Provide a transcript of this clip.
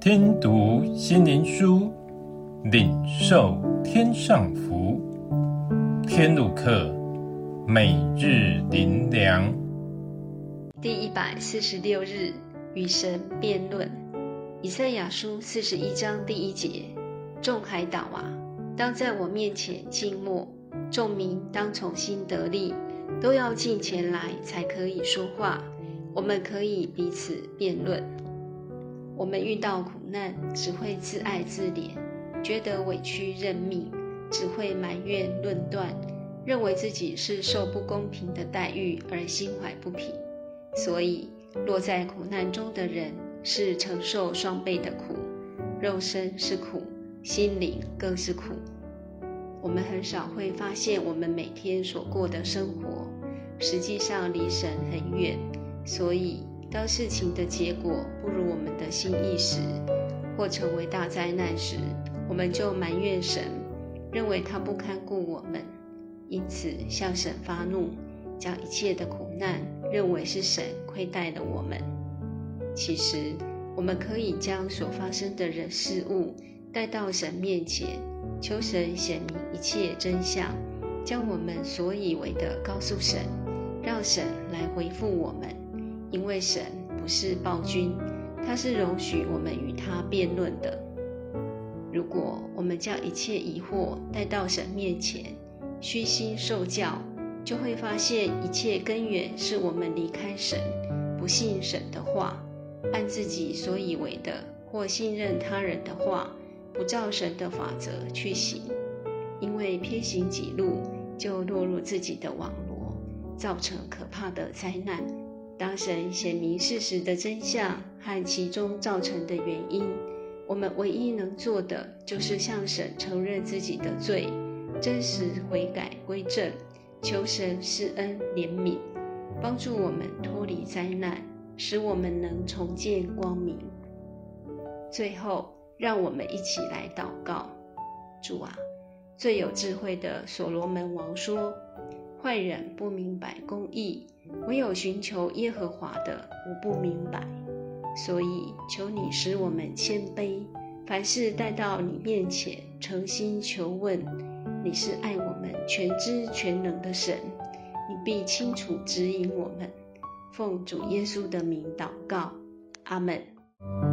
听读心灵书，领受天上福。天路客，每日灵粮。 第146日，与神辩论。以赛亚书41章第1节：众海岛啊，当在我面前静默；众民当重新得力，都要近前来，才可以说话。我们可以彼此辩论。我们遇到苦难，只会自爱自怜，觉得委屈认命，只会埋怨论断，认为自己是受不公平的待遇而心怀不平。所以落在苦难中的人是承受双倍的苦，肉身是苦，心灵更是苦。我们很少会发现我们每天所过的生活实际上离神很远，所以当事情的结果不如我们的心意时，或成为大灾难时，我们就埋怨神，认为他不看顾我们，因此向神发怒，将一切的苦难认为是神亏待了我们。其实我们可以将所发生的人事物带到神面前，求神显明一切真相，将我们所以为的告诉神，让神来回复我们。因为神不是暴君，他是容许我们与他辩论的。如果我们将一切疑惑带到神面前，虚心受教，就会发现一切根源是我们离开神，不信神的话，按自己所以为的或信任他人的话，不照神的法则去行。因为偏行己路，就落入自己的网罗，造成可怕的灾难。当神显明事实的真相和其中造成的原因，我们唯一能做的就是向神承认自己的罪，真实悔改归正，求神施恩怜悯，帮助我们脱离灾难，使我们能重见光明。最后，让我们一起来祷告。主啊，最有智慧的所罗门王说，坏人不明白公义，唯有寻求耶和华的无不明白。所以求你使我们谦卑，凡事带到你面前，诚心求问。你是爱我们全知全能的神，你必清楚指引我们。奉主耶稣的名祷告，阿们。